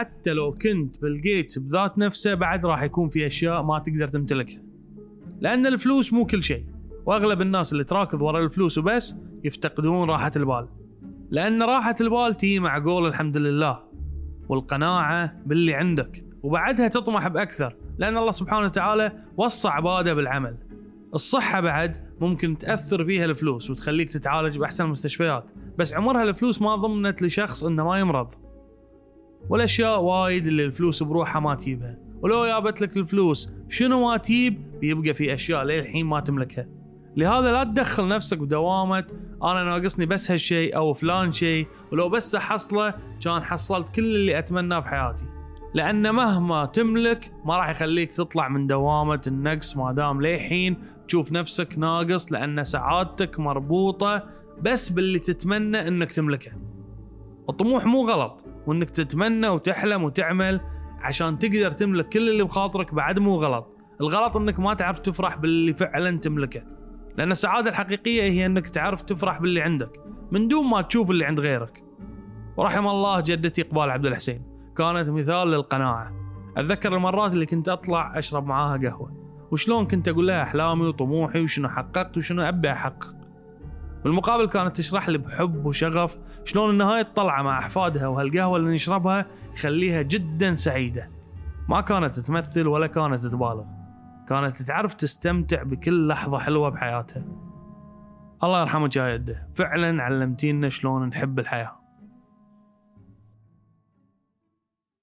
حتى لو كنت بيل جيتس بذات نفسه بعد راح يكون في أشياء ما تقدر تمتلكها، لأن الفلوس مو كل شيء. وأغلب الناس اللي تراكض وراء الفلوس وبس يفتقدون راحة البال، لأن راحة البال تيجي مع قول الحمد لله والقناعة باللي عندك، وبعدها تطمح بأكثر، لأن الله سبحانه وتعالى وصى عباده بالعمل. الصحة بعد ممكن تأثر فيها الفلوس وتخليك تتعالج بأحسن المستشفيات، بس عمرها الفلوس ما ضمنت لشخص إنه ما يمرض. والأشياء وايد اللي الفلوس بروحها ما تجيبها، ولو جابت لك الفلوس شنو ما تجيب بيبقى في أشياء للحين ما تملكها. لهذا لا تدخل نفسك بدوامة أنا ناقصني بس هالشيء أو فلان شيء، ولو بس أحصله كان حصلت كل اللي أتمناه في حياتي، لأن مهما تملك ما راح يخليك تطلع من دوامة النقص ما دام للحين تشوف نفسك ناقص، لأن سعادتك مربوطة بس باللي تتمنى إنك تملكه. الطموح مو غلط، وإنك تتمنى وتحلم وتعمل عشان تقدر تملك كل اللي بخاطرك بعد مو غلط. الغلط إنك ما تعرف تفرح باللي فعلا تملكه، لأن السعادة الحقيقية هي إنك تعرف تفرح باللي عندك من دون ما تشوف اللي عند غيرك. ورحم الله جدتي قبال عبد الحسين، كانت مثال للقناعة. أتذكر المرات اللي كنت أطلع أشرب معاها قهوة، وشلون كنت أقول لها أحلامي وطموحي وشنو حققت وشنو أبي أحقق. بالمقابل كانت تشرح لي بحب وشغف شلون إن هاي الطلعة مع أحفادها وهالقهوة اللي نشربها يخليها جدا سعيدة. ما كانت تمثل ولا كانت تبالغ، كانت تعرف تستمتع بكل لحظة حلوة بحياتها. الله يرحمك يا يده، فعلا علمتينا شلون نحب الحياة.